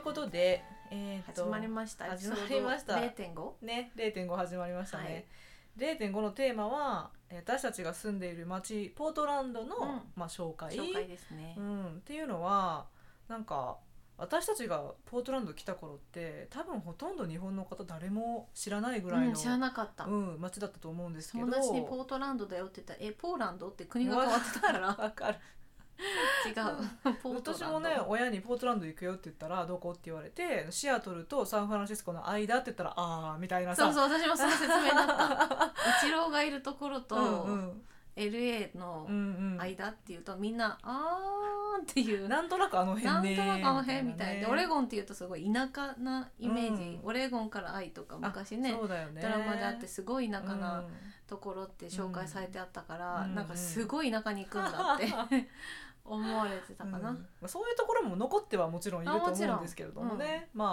ことで、 始まりました。 始まりました 0.5 ね、0.5 始まりましたね、はい、0.5 のテーマは私たちが住んでいる町ポートランドの、紹介ですね、 っていうのはなんか私たちがポートランド来た頃って多分ほとんど日本の方誰も知らないぐらいの、 知らなかった、 町だったと思うんですけど、 友達にポートランドだよって言ったらポーランドって国が変わってたからわかる違うポートランド。 私もね親にポートランド行くよって言ったらどこって言われてシアトルとサンフランシスコの間って言ったらあーみたいなさ、 そう私もその説明だったイチローがいるところとLA の間っていうとみんなあーっていうなんとなくあの辺ねなんとなくあの辺みたいで、オレゴンっていうとすごい田舎なイメージ、オレゴンから愛とか昔ねそうだよねドラマであってすごい田舎なところって紹介されてあったから、なんかすごい田舎に行くんだって思われてたかな、 そういうところも残ってはもちろんいると思うんですけれどもね、そ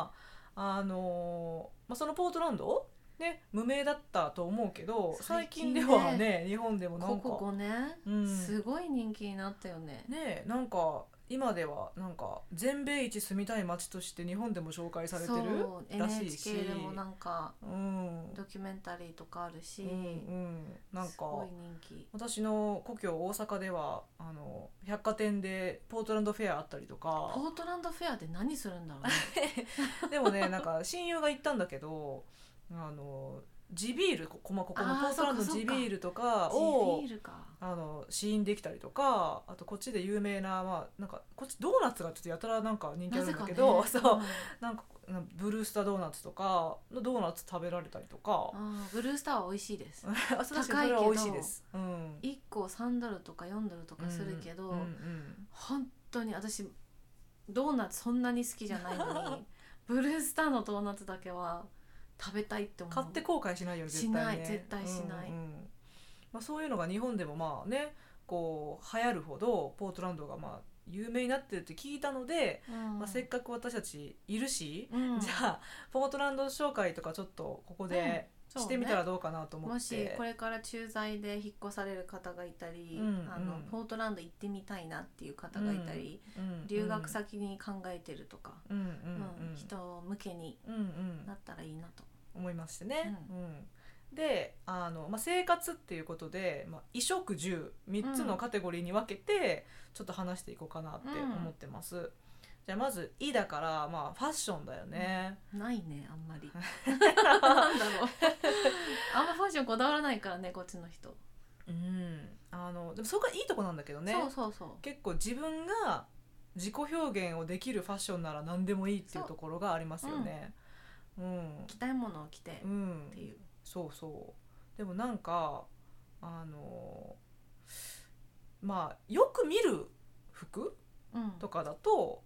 のポートランドね、無名だったと思うけど最近ではね日本でもなんかここ5年、すごい人気になったよね。 ね、なんか今ではなんか全米一住みたい街として日本でも紹介されてるらしいし、 NHK でもなんか、ドキュメンタリーとかあるし、 なんかすごい人気。 私の故郷大阪では百貨店でポートランドフェアあったりとか。 ポートランドフェアで何するんだろうねでもねなんか親友が行ったんだけど地ビールここのポートランドの地ビールとかを試飲できたりとか、あとこっちで有名な、なんかこっちドーナツがちょっとやたらなんか人気あるんだけど、なんかブルースタードーナツとかのドーナツ食べられたりとか。 ブルースターは美味しいです高いけど美味しいです、 1個$3とか$4とかするけど、本当に私ドーナツそんなに好きじゃないのにブルースターのドーナツだけは食べたいって思う。 買って後悔しないよね絶対ね。 絶対しない、 そういうのが日本でもまあねこう流行るほどポートランドが有名になってるって聞いたので、せっかく私たちいるし、じゃあポートランド紹介とかちょっとここでしてみたらどうかなと思って、 もしこれから駐在で引っ越される方がいたり、ポートランド行ってみたいなっていう方がいたり、留学先に考えてるとか、人向けになったらいいなと思いましてね、で生活っていうことで、衣食住3つのカテゴリーに分けてちょっと話していこうかなって思ってます、じゃあまず「い」だから、ファッションだよね、 ないねあんまりなんだろうあんまファッションこだわらないからねこっちの人。 でもそこがいいとこなんだけどね。 そう結構自分が自己表現をできるファッションなら何でもいいっていうところがありますよね。 着たいものを着てっていう、 そうでもなんかよく見る服、とかだと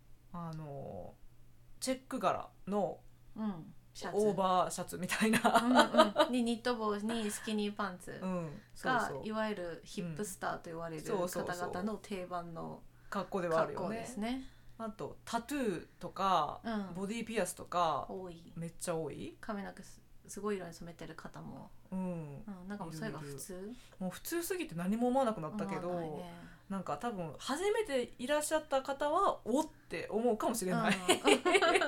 チェック柄のオーバーシャツみたいな、 にニット帽にスキニーパンツがいわゆるヒップスターと言われる方々の定番の格好ではあるよね。 ですね。 あとタトゥーとか、ボディピアスとかめっちゃ多い。 髪の毛すごい色に染めてる方も、なんかもうそれが普通、 もう普通すぎて何も思わなくなったけど、なんか多分初めていらっしゃった方はおって思うかもしれない、 確かに、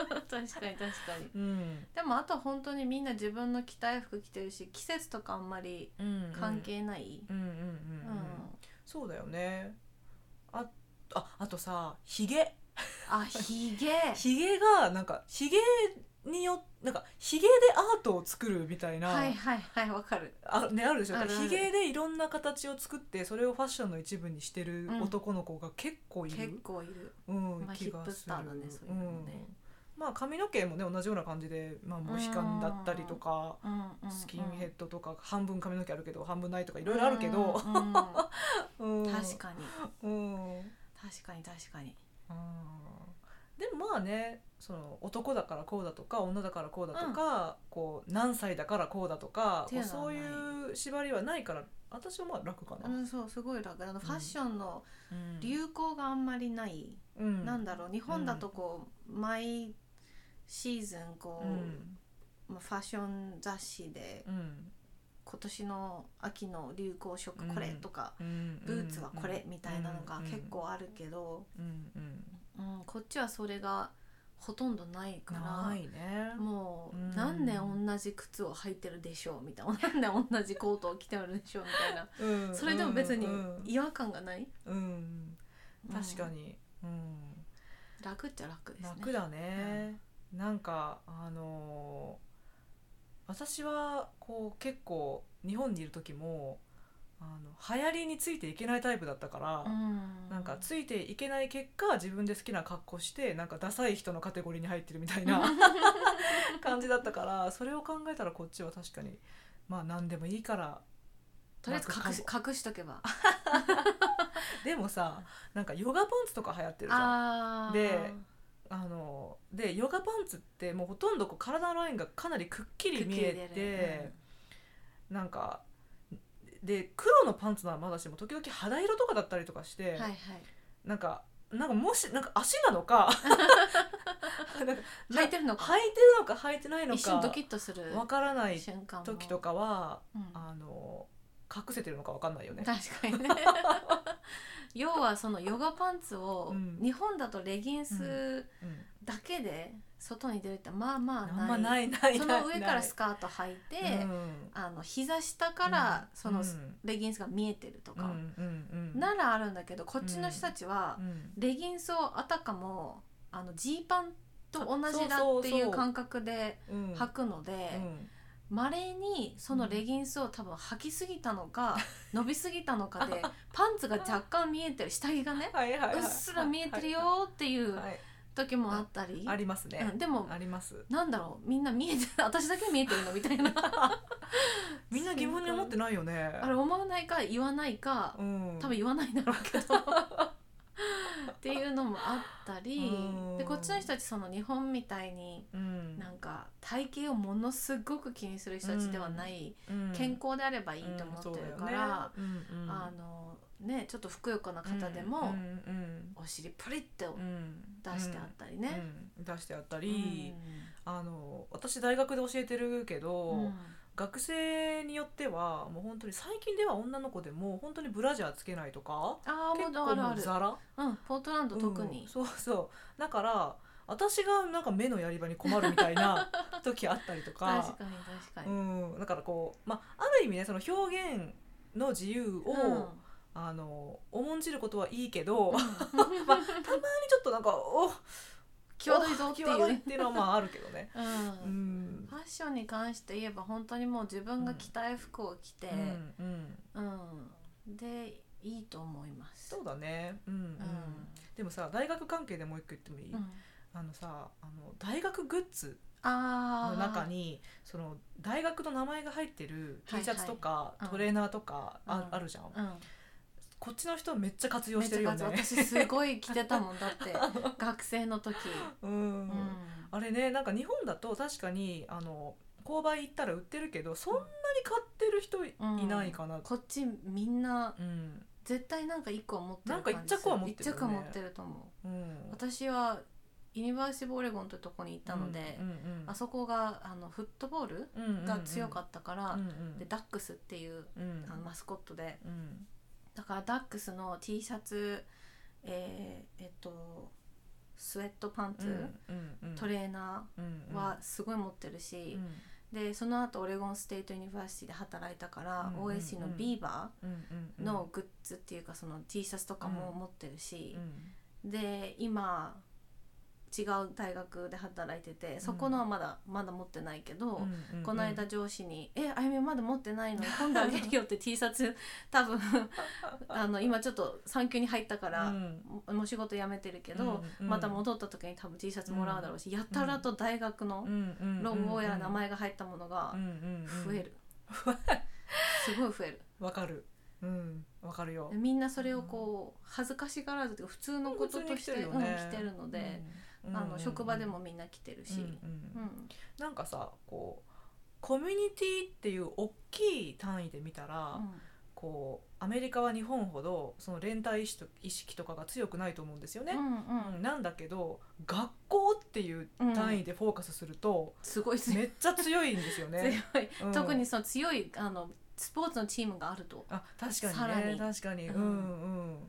でもあと本当にみんな自分の着たい服着てるし季節とかあんまり関係ない、そうだよね。あとさひげひげがなんかひげによなんかひげでアートを作るみたいな、 わかるあるでしょ。ひげでいろんな形を作ってそれをファッションの一部にしてる男の子が結構いる、 気がする。ヒップスターだねそういうのね。 髪の毛もね同じような感じで、モヒカンだったりとか、スキンヘッドとか半分髪の毛あるけど半分ないとかいろいろあるけど、 確かに、 でもねその男だからこうだとか女だからこうだとか、こう何歳だからこうだとかそういう縛りはないから私は楽かな、 そうすごい楽。ファッションの流行があんまりない、なんだろう日本だとこう、毎シーズンこう、ファッション雑誌で、今年の秋の流行色これとか、ブーツはこれみたいなのが結構あるけど、こっちはそれがほとんどないから、 ないね、 もう何年同じ靴を履いてるでしょうみたいな、何年同じコートを着てるでしょうみたいな、それでも別に違和感がない、 確かに、 楽っちゃ楽ですね。 楽だね、なんか私はこう結構日本にいる時も流行りについていけないタイプだったから、なんかついていけない結果自分で好きな格好してなんかダサい人のカテゴリーに入ってるみたいな感じだったから、それを考えたらこっちは確かにまあ何でもいいからとりあえず隠しとけばでもさ、なんかヨガパンツとか流行ってるじゃん。でヨガパンツってもうほとんどこう体のラインがかなりくっきり見えて、なんかで黒のパンツならまだしも時々肌色とかだったりとかして、なんかもしなんか足なのか履いてるのか履いてないのか一瞬ドキッとするわからない時とかは、隠せてるのかわかんないよね。 確かにね要はそのヨガパンツを、日本だとレギンスだけで外に出るってまあまあない、その上からスカート履いて、膝下からそのレギンスが見えてるとかならあるんだけど、こっちの人たちはレギンスをあたかもジーパンと同じだっていう感覚で履くので、稀にそのレギンスを多分履きすぎたのか伸びすぎたのかでパンツが若干見えてる、下着がねうっすら見えてるよっていう時もあったり、 ありますね、 でもあります。 なんだろう、みんな見えてる私だけ見えてるのみたいなみんな疑問に思ってないよね。 あれ思わないか言わないか、多分言わないんだろうけどっていうのもあったり、でこっちの人たちその日本みたいに、なんか体型をものすごく気にする人たちではない、健康であればいいと思ってるから、ちょっとふくよかな方でも、お尻プリッと出してあったりね、 出してあったり、私大学で教えてるけど、学生によってはもう本当に最近では女の子でも本当にブラジャーつけないとか、結構もうザラ、 ポートランド特に、 そうそうだから私がなんか目のやり場に困るみたいな時あったりとか確かに、 だからこう、ある意味ね、その表現の自由を、重んじることはいいけど、たまにちょっとなんか際どいぞっていうのはあるけどね、 ファッションに関して言えば本当にもう自分が着たい服を着て、でいいと思います。 そうだね、でもさ、大学関係でもう一個言ってもいい？大学グッズの中にその大学の名前が入ってる T シャツとか、トレーナーとかあるじゃん、こっちの人めっちゃ活用してるよね。 私すごい着てたもんだって学生の時、 あれね、なんか日本だと確かに購買行ったら売ってるけど、そんなに買ってる人いないかな、 こっちみんな、絶対なんか1個は持ってる感じ、 なんか1着は持ってるよね。 1着は持ってると思う、私はユニバーシティ・オレゴンというところに行ったので、あそこがフットボールが強かったから、でダックスっていう、マスコットで、だからダックスの T シャツ、スウェットパンツ、トレーナーはすごい持ってるし、でその後オレゴンステイトユニバーシティで働いたから、OSC のビーバーのグッズっていうかその T シャツとかも持ってるし、で今違う大学で働いてて、そこのはまだ持ってないけど、この間上司にあゆみまだ持ってないの今度あげるよって T シャツ多分今ちょっと産休に入ったから、もう仕事辞めてるけど、また戻った時に多分 T シャツもらうだろうし、やたらと大学のロゴやら名前が入ったものが増える、すごい増える。 わかる、わかるよ。 みんなそれをこう恥ずかしがらずというか普通のこととして着てるので、職場でもみんな着てるし、 なんかさ、こうコミュニティっていう大きい単位で見たら、こうアメリカは日本ほどその連帯意識とかが強くないと思うんですよね、なんだけど学校っていう単位でフォーカスすると、 すごいめっちゃ強いんですよね強い、特にその強いスポーツのチームがあると、 確かにね、確かに、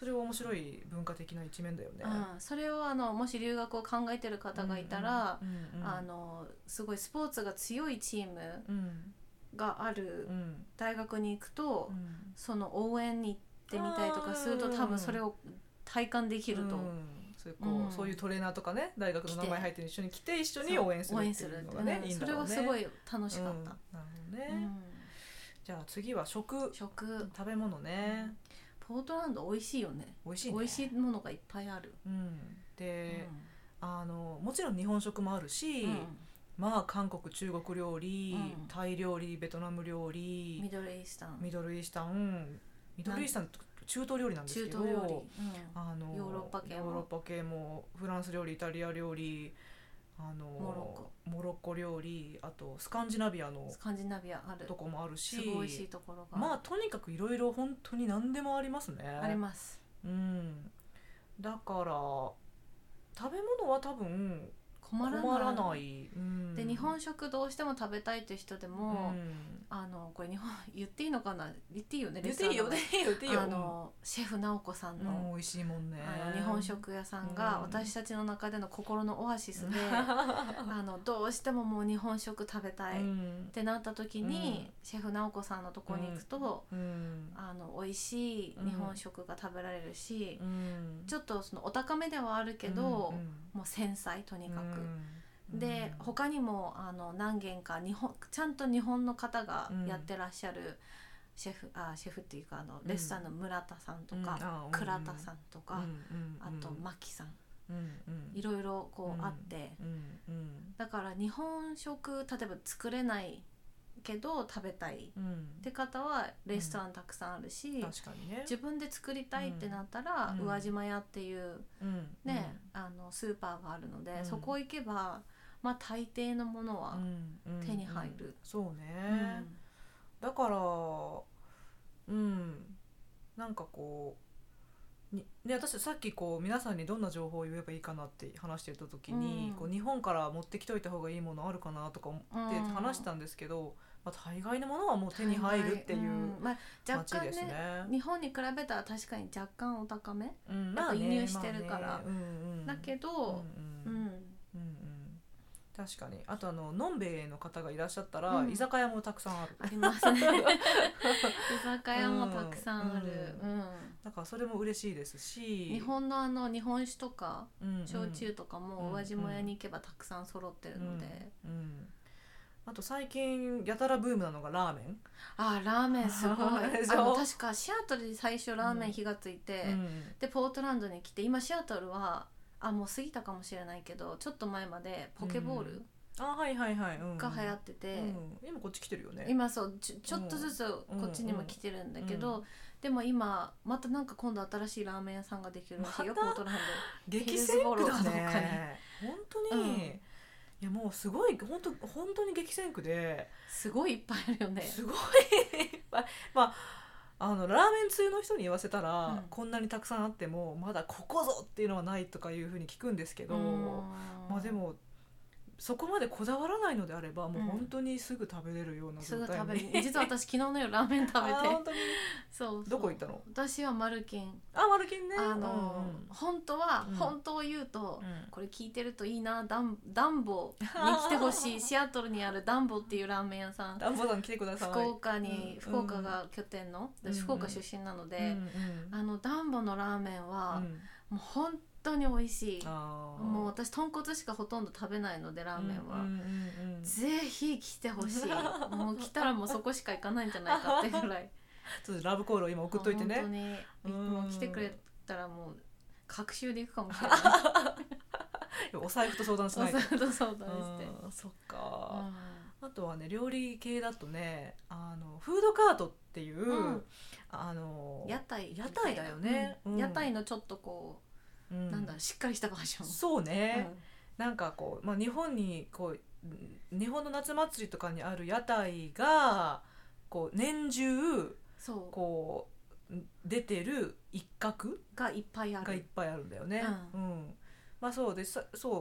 それは面白い文化的な一面だよね。 それをもし留学を考えてる方がいたら、すごいスポーツが強いチームがある大学に行くと、その応援に行ってみたりとかすると多分それを体感できると。 そういうトレーナーとかね、大学の名前入ってる一緒に来て一緒に応援するっていうのがね、いいんだろうね。 それはすごい楽しかった。 なるほどね。じゃあ次は食べ物ね。 ポートランド美味しいよね。 美味しいね。 美味しいものがいっぱいある。 で、もちろん日本食もあるし、まあ韓国、中国料理、タイ料理、ベトナム料理、 ミドルイースタン中東料理なんですけど、 ヨーロッパ系もフランス料理、イタリア料理、モロッコ料理、あとスカンジナビアのあるとこもあるし、 すごい美味しいところが、 まあとにかくいろいろ本当に何でもありますね。 あります。 だから食べ物は多分困らない。 で日本食どうしても食べたいという人でも、これ日本言っていいのかな、言っていいよね。 言っていいよ。 シェフ直子さんの、 美味しいもんね。 日本食屋さんが私たちの中での心のオアシスで、どうしてももう日本食食べたいってなった時に、シェフ直子さんのとこに行くと、美味しい日本食が食べられるし、ちょっとそのお高めではあるけど、もう繊細とにかく。で他にも何軒かちゃんと日本の方がやってらっしゃるシェフっていうかレストランの村田さんとか、倉田さんとか、あと牧さん、いろいろこうあって、だから日本食例えば作れないけど食べたいって方はレストランたくさんあるし、自分で作りたいってなったら宇和島屋っていうね、スーパーがあるので、そこ行けばまあ大抵のものは手に入る。 そうね。だからなんかこうで私さっきこう皆さんにどんな情報を言えばいいかなって話してた時に、こう日本から持ってきといた方がいいものあるかなとか思って話したんですけど、大概のものはもう手に入るっていう街ですね。 日本に比べたら確かに若干お高め、やっぱ輸入してるから、だけど確かに。あとのんべえの方がいらっしゃったら、居酒屋もたくさんある。 ありますね。居酒屋もたくさんある。 だからそれも嬉しいですし、 日本の日本酒とか焼酎とかも宇和島屋に行けばたくさん揃ってるので。 あと最近やたらブームなのがラーメン。 ラーメンすごい。確かシアトルで最初ラーメン火がついて、でポートランドに来て、今シアトルはもう過ぎたかもしれないけど、ちょっと前までポケボールが流行ってて、 今こっち来てるよね。 今そうちょっとずつこっちにも来てるんだけど、でも今またなんか今度新しいラーメン屋さんができるらしいよ、ポートランド。 激戦区だね。本当に。いやもうすごい本当に激戦区ですごいいっぱいあるよね。 すごいいっぱい。ラーメン通の人に言わせたら、こんなにたくさんあってもまだここぞっていうのはないとかいうふうに聞くんですけど、でもそこまでこだわらないのであればもう本当にすぐ食べれるような状態に、 すぐ食べる。実は私昨日の夜ラーメン食べて本当にそうどこ行ったの？ 私はマルキン。 マルキンね。 本当を言うと、これ聞いてるといいな、ダンボに来てほしい。シアトルにあるダンボっていうラーメン屋さん。 ダンボさん来てください。 福岡が拠点の、私福岡出身なので、ダンボのラーメンはもう本当に美味しい。もう私豚骨しかほとんど食べないのでラーメンは、ぜひ来てほしい。もう来たらもうそこしか行かないんじゃないかってぐらいちょっとラブコールを今送っといてね。 本当にもう来てくれたらもう隔週で行くかもしれないお財布と相談しないと。 お財布と相談して。 そっか。あとはね、料理系だとね、フードカートっていう、 屋台だよね。 屋台のちょっとこう、なんだろう、しっかりしたバージョン。 そうね。なんかこう、日本にこう日本の夏祭りとかにある屋台がこう年中こう出てる一角がいっぱいあるんだよね。そうでそう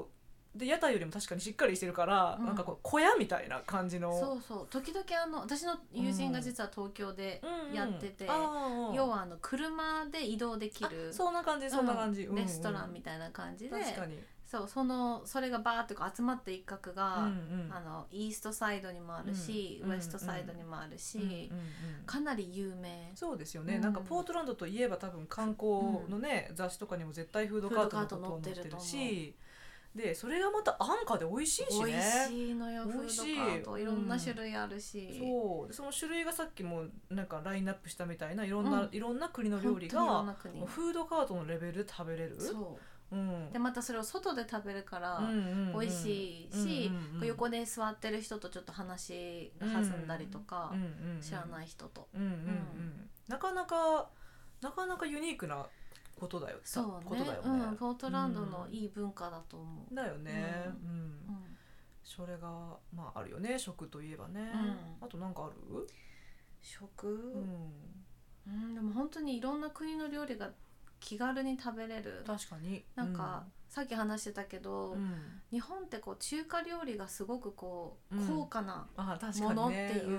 で屋台よりも確かにしっかりしてるから、なんかこう小屋みたいな感じの。 そうそう、時々私の友人が実は東京でやってて、要は車で移動できる、 そんな感じそんな感じ、 レストランみたいな感じで、 確かにそう、それがバーってこう集まった一角が、イーストサイドにもあるし、ウエストサイドにもあるし、かなり有名。 そうですよね、なんかポートランドといえば多分観光のね、雑誌とかにも絶対フードカートのことを載ってるし、でそれがまた安価で美味しいしね。 美味しいのよ、フードカートいろんな種類あるし、 そうでその種類がさっきもなんかラインナップしたみたいないろんな国の料理がフードカートのレベルで食べれる。 そう、でまたそれを外で食べるから美味しいし、横で座ってる人とちょっと話が弾んだりとか、知らない人と、 なかなかユニークなことだよ。 そうね、ポートランドのいい文化だと思う。 だよね。それがまああるよね、食といえばね。あとなんかある？ 食？でも本当にいろんな国の料理が気軽に食べれる。 確かに。 なんか、さっき話してたけど、日本ってこう中華料理がすごくこう高価なものっていう、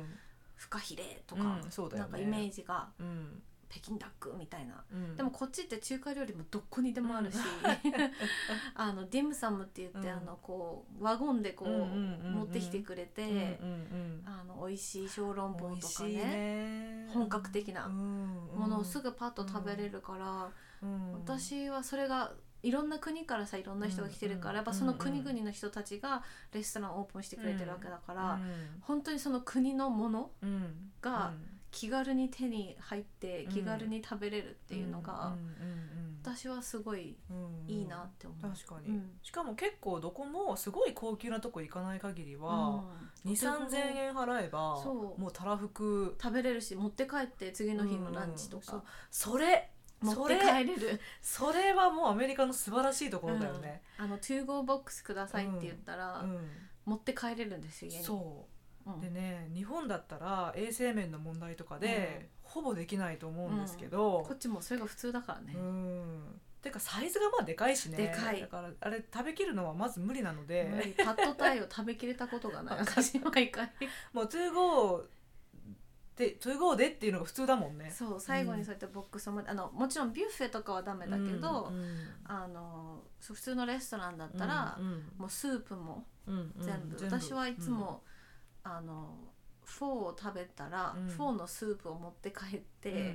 フカヒレとか、なんかイメージが。北京ダックみたいな、でもこっちって中華料理もどこにでもあるし、ディムサムって言って、こうワゴンでこう、持ってきてくれて、美味しい小籠包とかね、本格的なものをすぐパッと食べれるから、私はそれがいろんな国からさ、いろんな人が来てるから、やっぱその国々の人たちがレストランをオープンしてくれてるわけだから、本当にその国のものが気軽に手に入って気軽に食べれるっていうのが、私はすごいいいなって思う。 確かに、しかも結構どこもすごい高級なとこ行かない限りは、2,3,000円払えばもうたらふく食べれるし、持って帰って次の日のランチとか、 それ持って帰れる。 それはもうアメリカの素晴らしいところだよね。 2 go ボックスくださいって言ったら、持って帰れるんですよ、家に。 そうでね、日本だったら衛生面の問題とかで、ほぼできないと思うんですけど、 こっちもそれが普通だからね。 てかサイズがまあでかいしね。 でかい。 だからあれ食べきるのはまず無理なので、 パッドタイを食べきれたことがない。私毎回もう2 go でっていうのが普通だもんね。 そう、最後にそうやってボックスをもちろんビュッフェとかはダメだけど、普通のレストランだったら、もうスープも全部、私はいつも、フォーを食べたら、フォーのスープを持って帰って、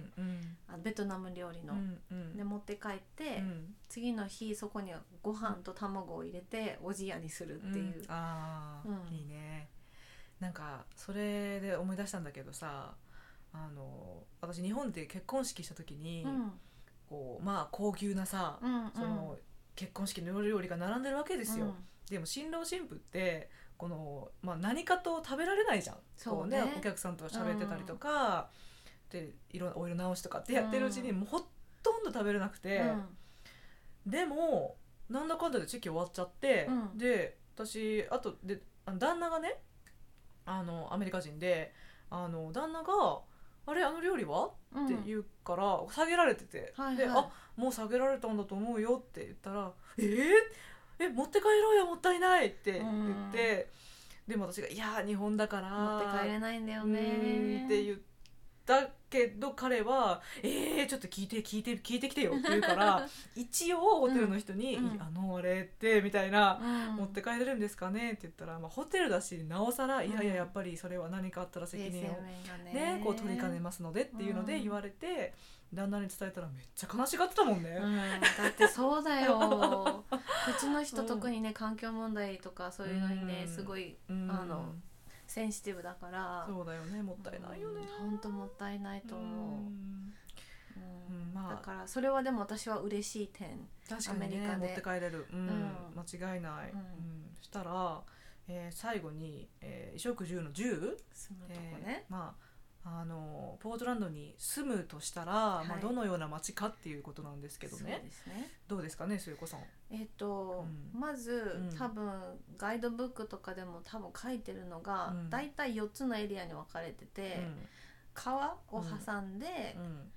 ベトナム料理の、で持って帰って、次の日そこにご飯と卵を入れておじやにするっていう、 いいね。なんかそれで思い出したんだけどさ、私日本で結婚式した時に、こうまあ高級なさ、その結婚式の料理が並んでるわけですよ。でも新郎新婦ってこの、何かと食べられないじゃん。そうね、お客さんと喋ってたりとか、でお色直しとかってやってるうちに、もうほとんど食べれなくて、でもなんだかんだでチェキ終わっちゃって、で私あとで旦那がね、アメリカ人で、旦那があれ料理は、って言うから下げられてて、でもう下げられたんだと思うよって言ったら、持って帰ろうよ、もったいないって言って、でも私がいや日本だから持って帰れないんだよねって言ったけど、彼はちょっと聞いてきてよって言うから一応ホテルの人に、あれってみたいな、持って帰れるんですかねって言ったら、ホテルだしなおさら、いややっぱりそれは何かあったら責任をねこう取りかねますのでっていうので言われて、旦那に伝えたらめっちゃ悲しがってたもんね。 だってそうだよこっちの人特にね、環境問題とかそういうのにね、すごいセンシティブだから。 そうだよね、もったいないよね。 本当もったいないと思う。だからそれはでも私は嬉しい点。 確かにね、アメリカで持って帰れる、間違いない。そしたら、最後に、衣食住の住、 住むとこね、 ポートランドに住むとしたら、どのような街かっていうことなんですけどね。 そうですね。 どうですかね、末子さん。 まず、多分ガイドブックとかでも多分書いてるのが、だいたい4つのエリアに分かれてて、川を挟んで、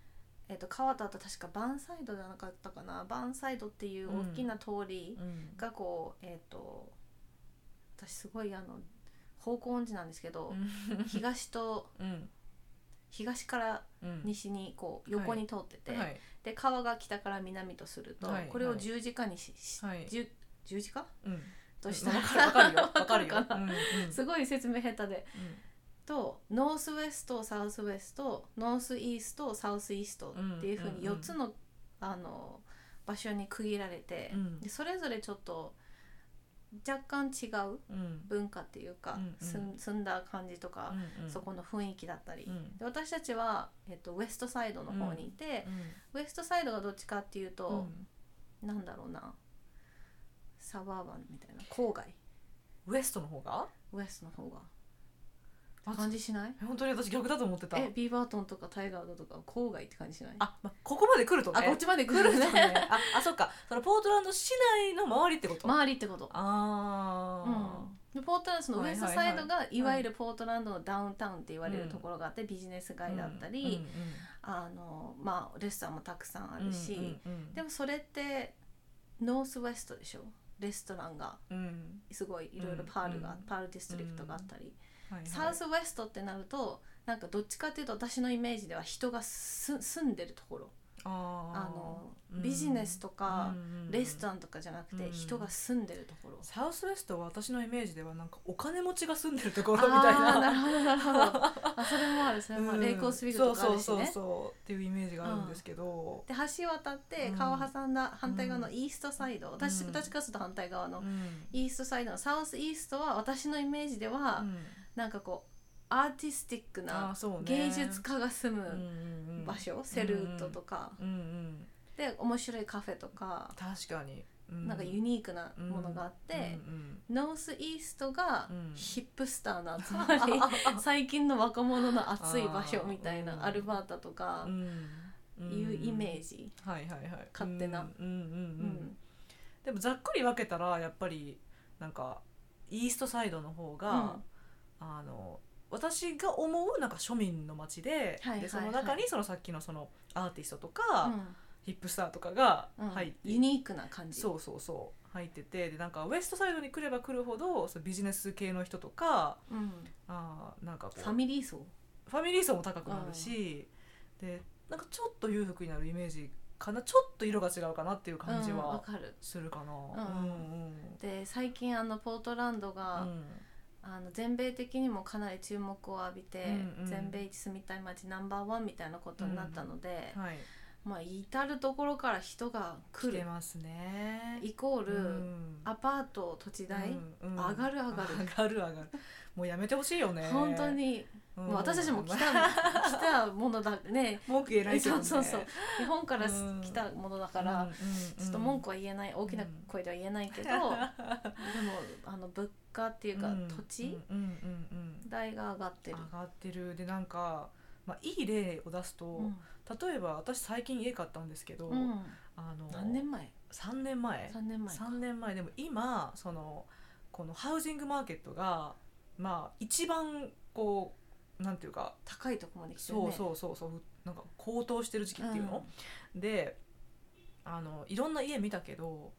川とあと確かバーンサイドじゃなかったかな、バーンサイドっていう大きな通りがこう、私すごい方向音痴なんですけど、東と、東から西にこう横に通ってて、で川が北から南とすると、これを十字架に十字架、としたらわかるよわかるよすごい説明下手で、とノースウェスト、サウスウェスト、ノースイースト、サウスイーストっていう風に4つの、場所に区切られて、でそれぞれちょっと若干違う文化っていうか、住んだ感じとか、そこの雰囲気だったり、で私たちは、ウエストサイドの方にいて、ウエストサイドがどっちかっていうと、なんだろうな、サバーバンみたいな郊外、 ウエストの方がウエストの方が感じしない？ 本当に私逆だと思ってた。 ビーバートンとかタイガードとか郊外って感じしない？ ここまで来るとね。 こっちまで来るとね。 そっか。そのポートランド市内の周りってこと？ 周りってこと。でポートランドのウエストサイドがいわゆるポートランドのダウンタウンって言われるところがあって、ビジネス街だったり、レストランもたくさんあるし、でもそれってノースウエストでしょ。レストランがすごいいろいろパールディストリクトがあったり、サウスウエストってなるとなんかどっちかっていうと私のイメージでは人が住んでるところ、ビジネスとかレストランとかじゃなくて人が住んでるところ。 サウスウエストは私のイメージではなんかお金持ちが住んでるところみたいな。 なるほどなるほど。それもある、それもレイクオスビルとかあるしね。 そうっていうイメージがあるんですけど、 で橋渡って川挟んだ反対側のイーストサイド、私からすると反対側のイーストサイドのサウスイーストは私のイメージではなんかこうアーティスティックな芸術家が住む場所、セルートとか、で面白いカフェとか、 確かに、 なんかユニークなものがあって、ノースイーストがヒップスターの集まり、最近の若者の熱い場所みたいな、アルバータとかいうイメージ、勝手な。 でもざっくり分けたらやっぱりなんかイーストサイドの方が、私が思うなんか庶民の街で、でその中にそのさっきのそのアーティストとか、ヒップスターとかが入って、 ユニークな感じ、 そう入ってて、でなんかウエストサイドに来れば来るほどそのビジネス系の人とか、なんかこうファミリー層も高くなるし、でなんかちょっと裕福になるイメージかな、ちょっと色が違うかなっていう感じはするかな。 で最近ポートランドが、全米的にもかなり注目を浴びて、全米一住みたい街ナンバーワンみたいなことになったので、至る所から人が来るますね。 イコール、アパート土地代、上がるもうやめてほしいよね本当に。もう私たちも来たものだね、 文句言えないですよね。 そう日本から来たものだから、ちょっと文句は言えない、大きな声では言えないけど、でも物価っていうか、土地代が上がってる。 でなんか、いい例を出すと、例えば私最近家買ったんですけど、 何年前 ？3年前でも今このハウジングマーケットが一番こうなんていうか高いとこまで来てるね。 そうなんか高騰してる時期っていうの、でいろんな家見たけど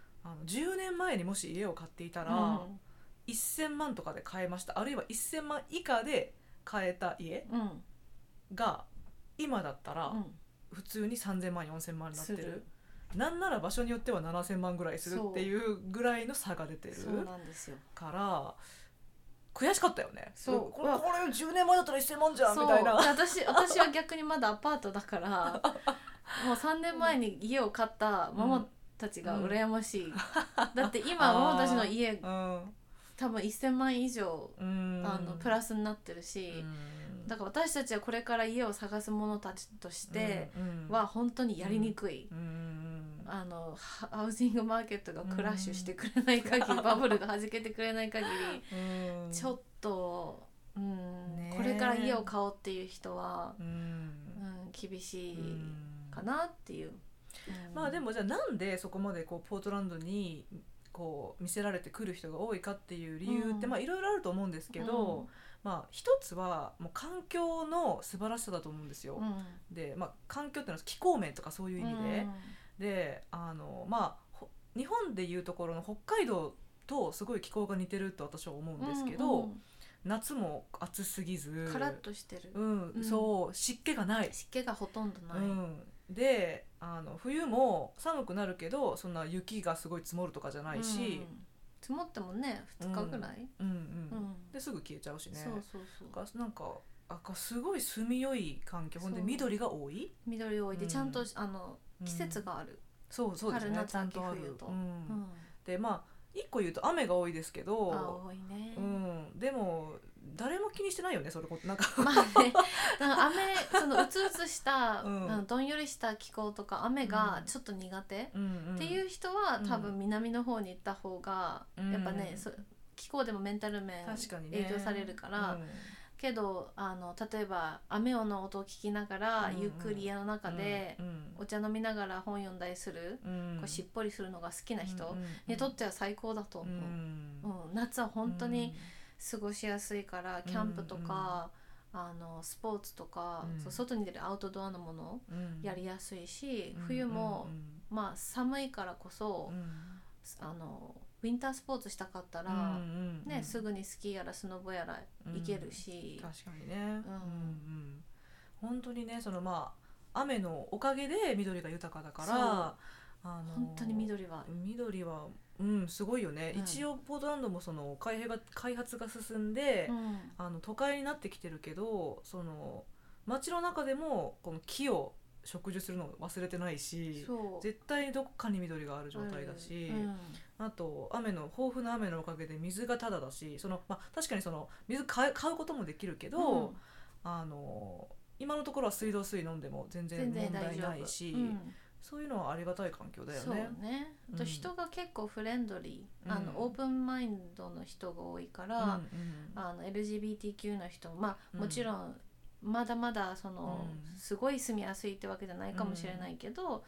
10年前にもし家を買っていたら、1000万とかで買えました、あるいは1000万以下で買えた家が、今だったら普通に3000万4000万になってる、なんなら場所によっては7000万ぐらいするっていうぐらいの差が出てるから悔しかったよね。これ10年前だったら1000万じゃんみたいな。 私は逆にまだアパートだからもう3年前に家を買ったママたちが羨ましい、だって今ママたちの家、多分1000万以上プラスになってるし、だから私たちはこれから家を探す者たちとしては本当にやりにくい、ハウジングマーケットがクラッシュしてくれない限り、バブルが弾けてくれない限り、ちょっと、これから家を買おうっていう人は、厳しいかなっていう。 でもじゃあなんでそこまでこうポートランドにこう見せられてくる人が多いかっていう理由って、いろいろあると思うんですけど、一つはもう環境の素晴らしさだと思うんですよ。で、環境っていうのは気候面とかそういう意味で、日本でいうところの北海道とすごい気候が似てると私は思うんですけど、夏も暑すぎずカラッとしてる、 そう湿気がない、 湿気がほとんどない、 で冬も寒くなるけどそんな雪がすごい積もるとかじゃないし、 積もってもね2日ぐらい、 ですぐ消えちゃうしね。 そうなんかすごい住みよい環境、ほんで緑が多い、 緑多いで、ちゃんと季節がある、 そうですね、 春夏秋冬と、 で一個言うと雨が多いですけど、 多いね、 でも誰も気にしてないよね、それなんかね、雨そのうつうつした、どんよりした気候とか雨がちょっと苦手っていう人は、多分南の方に行った方が、やっぱね気候でもメンタル面影響されるから、けど例えば雨の音を聞きながら、ゆっくり家の中でお茶飲みながら本読んだりする、こうしっぽりするのが好きな人にとっては最高だと思う、夏は本当に過ごしやすいから、キャンプとか、スポーツとか、外に出るアウトドアのものやりやすいし、冬も、寒いからこそ、ウィンタースポーツしたかったら、すぐにスキーやらスノボやら行けるし、 確かにね、本当にね、その雨のおかげで緑が豊かだから、 本当に緑はすごいよね、一応ポートランドもその開発が進んで、都会になってきてるけど、その街の中でもこの木を植樹するのを忘れてないし、絶対にどこかに緑がある状態だし、あと豊富な雨のおかげで水がタダだし、確かにその水買うこともできるけど、今のところは水道水飲んでも全然問題ないし、そういうのはありがたい環境だよね。 そうね。あと人が結構フレンドリー、オープンマインドの人が多いから、LGBTQ の人も、もちろんまだまだすごい住みやすいってわけじゃないかもしれないけど、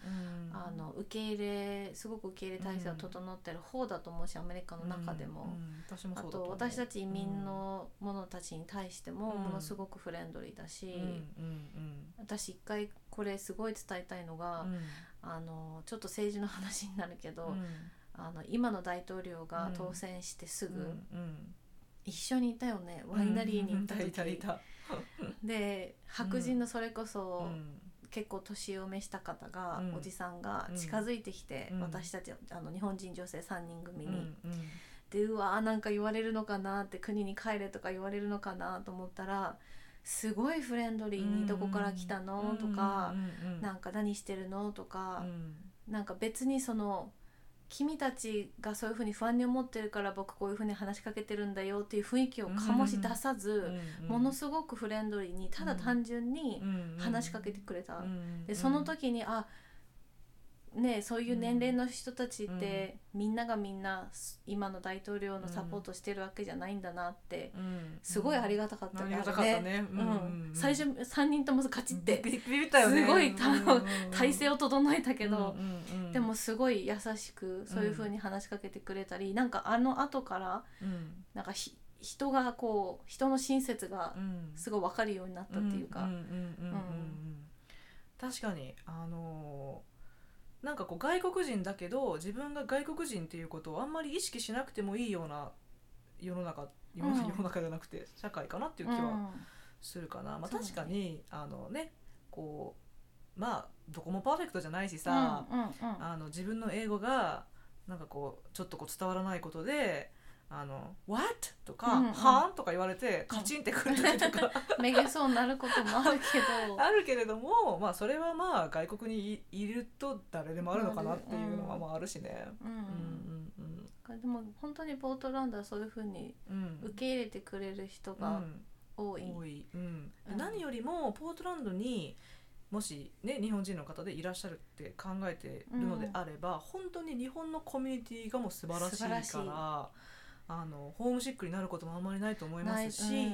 すごく受け入れ体制が整ってる方だと思うし、アメリカの中でも、あと私たち移民の者たちに対してもものすごくフレンドリーだし、私一回これすごい伝えたいのが、ちょっと政治の話になるけど、今の大統領が当選してすぐ、一緒にいたよね、ワイナリーに行った時、で白人のそれこそ、結構年を召した方が、おじさんが近づいてきて、私たち日本人女性3人組に、でうわーなんか言われるのかなって、国に帰れとか言われるのかなと思ったら、すごいフレンドリーに、どこから来たのとか、なんか何してるのとか、なんか別に君たちがそういう風に不安に思ってるから僕こういう風に話しかけてるんだよっていう雰囲気を醸し出さず、ものすごくフレンドリーに、ただ単純に話しかけてくれた、でその時にそういう年齢の人たちって、みんながみんな今の大統領のサポートしてるわけじゃないんだなって、すごいありがたかったね。最初3人ともカチッてすごい体勢を整えたけど、でもすごい優しくそういう風に話しかけてくれたり、なんか後からなんか人の親切がすごい分かるようになったっていうか、 確かになんか外国人だけど自分が外国人っていうことをあんまり意識しなくてもいいような世の中じゃなくて社会かなっていう気はするかな。確かにどこもパーフェクトじゃないしさ、自分の英語がなんかちょっと伝わらないことでWhat? とか、はんとか言われてカチンってくる時とかめげそうになることもあるけどあるけれども、それは外国にいると誰でもあるのかなっていうのはあるしね。 でも本当にポートランドはそういう風に受け入れてくれる人が多い。 何よりもポートランドにもしね日本人の方でいらっしゃるって考えてるのであれば、本当に日本のコミュニティがもう素晴らしいから、ホームシックになることもあんまりないと思いますし、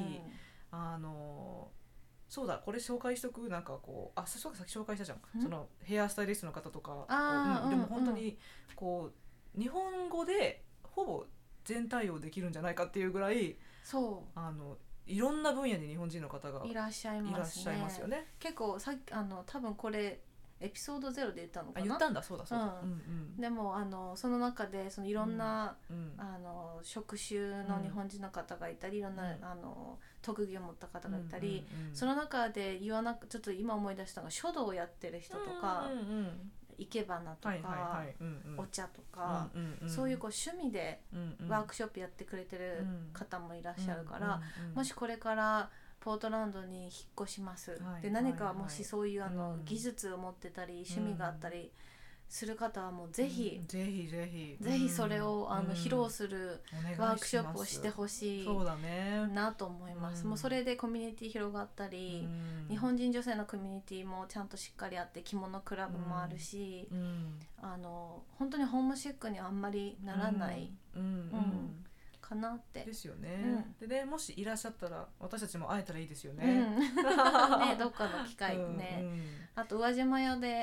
そうだこれ紹介しとく、なんかさっき紹介したじゃん、そのヘアスタイリストの方とか、でも本当に日本語でほぼ全対応できるんじゃないかっていうぐらい、 そういろんな分野に日本人の方がいらっしゃいますね。 結構さっき多分これエピソード0で言ったのかな。 言ったんだ、そうだそうだ、 でもその中でそのいろんな、職種の日本人の方がいたり、いろんな、特技を持った方がいたり、その中でちょっと今思い出したのが書道をやってる人とか、生け花とか、お茶とか、そういう趣味でワークショップやってくれてる方もいらっしゃるから、もしこれからポートランドに引っ越します、で何かもしそういう技術を持ってたり趣味があったりする方はもうぜひそれを披露するワークショップをしてほしいなと思います。もうそれでコミュニティ広がったり、日本人女性のコミュニティもちゃんとしっかりあって、着物クラブもあるし、本当にホームシックにあんまりならない、かなってですよね、でね、もしいらっしゃったら私たちも会えたらいいですよね、 ね、どっかの機会でね、あと宇和島屋で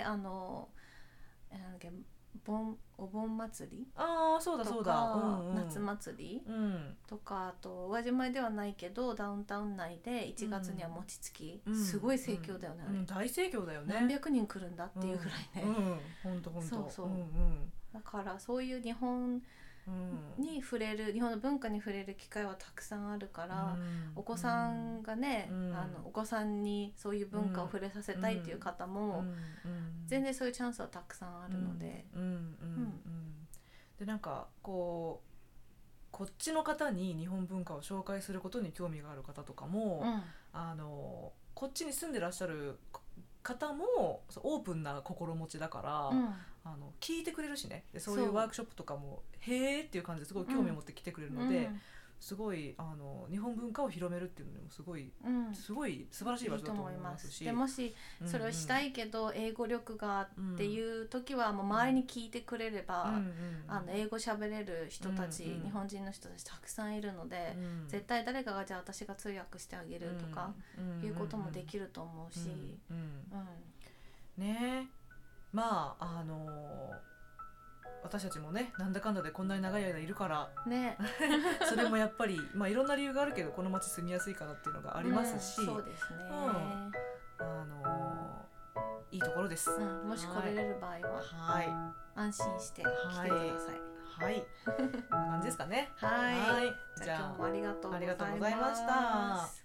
お盆祭りそうだそうだ、 夏祭り、とか、あと宇和島屋ではないけどダウンタウン内で1月には餅つき、すごい盛況だよね、 大盛況だよね。 何百人来るんだっていうぐらいね、 ほんとほんと、 そう、だからそういう日本に触れる、日本の文化に触れる機会はたくさんあるから、お子さんがね、お子さんにそういう文化を触れさせたいっていう方も、全然そういうチャンスはたくさんあるので、 でなんかこっちの方に日本文化を紹介することに興味がある方とかも、こっちに住んでらっしゃる方もオープンな心持ちだから、聞いてくれるしね、でそういうワークショップとかもへーっていう感じですごい興味を持って来てくれるので、すごい日本文化を広めるっていうのもすごい素晴らしい場所だと思いますし、 でもしそれをしたいけど英語力がっていう時はもう周りに聞いてくれれば、英語喋れる人たち、日本人の人たちたくさんいるので、絶対誰かがじゃあ私が通訳してあげるとかいうこともできると思うし、ね、まあ私たちもね、なんだかんだでこんなに長い間いるからねそれもやっぱり、いろんな理由があるけどこの町住みやすいからっていうのがありますし、 そうですね、 いいところです、 もし来れる場合は、安心して来てください。 はい、こんな感じですかね。 はい、じゃあ今日もありがとうございました。